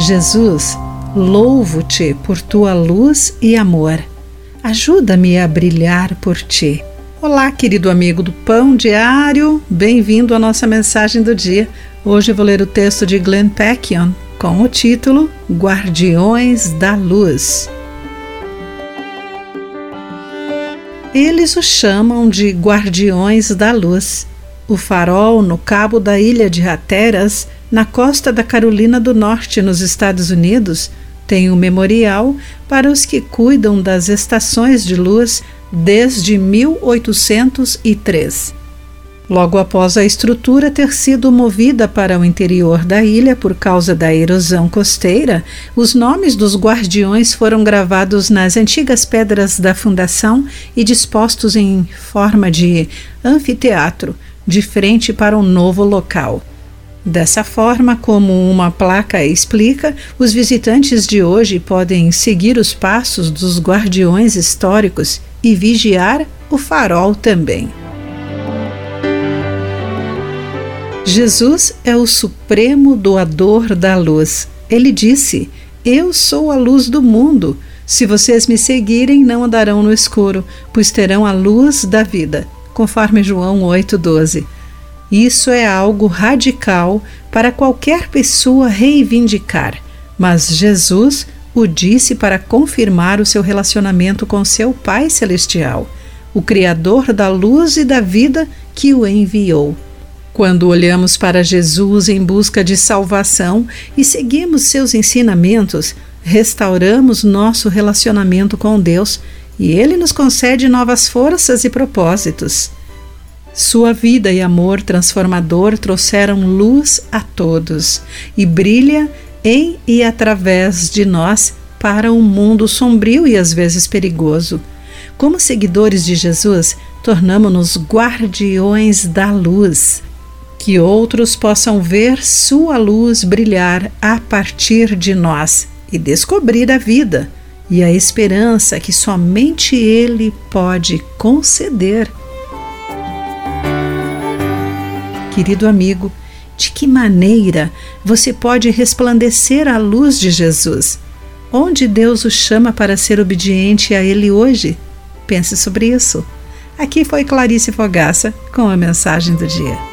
Jesus, louvo-te por tua luz e amor. Ajuda-me a brilhar por ti. Olá, querido amigo do Pão Diário, bem-vindo à nossa mensagem do dia. Hoje eu vou ler o texto de Glenn Peckion com o título Guardiões da Luz. Eles o chamam de Guardiões da Luz. O farol no cabo da ilha de Hatteras, na costa da Carolina do Norte, nos Estados Unidos, tem um memorial para os que cuidam das estações de luz desde 1803. Logo após a estrutura ter sido movida para o interior da ilha por causa da erosão costeira, os nomes dos guardiões foram gravados nas antigas pedras da fundação e dispostos em forma de anfiteatro, de frente para um novo local. Dessa forma, como uma placa explica, os visitantes de hoje podem seguir os passos dos guardiões históricos e vigiar o farol também. Jesus é o supremo doador da luz. Ele disse: "Eu sou a luz do mundo. Se vocês me seguirem, não andarão no escuro, pois terão a luz da vida", conforme João 8,12. Isso é algo radical para qualquer pessoa reivindicar, mas Jesus o disse para confirmar o seu relacionamento com seu Pai Celestial, o Criador da luz e da vida que o enviou. Quando olhamos para Jesus em busca de salvação e seguimos seus ensinamentos, restauramos nosso relacionamento com Deus e Ele nos concede novas forças e propósitos. Sua vida e amor transformador trouxeram luz a todos e brilha em e através de nós para um mundo sombrio e às vezes perigoso. Como seguidores de Jesus, tornamo-nos guardiões da luz. Que outros possam ver sua luz brilhar a partir de nós e descobrir a vida e a esperança que somente Ele pode conceder. Querido amigo, de que maneira você pode resplandecer a luz de Jesus? Onde Deus o chama para ser obediente a Ele hoje? Pense sobre isso. Aqui foi Clarice Fogaça com a mensagem do dia.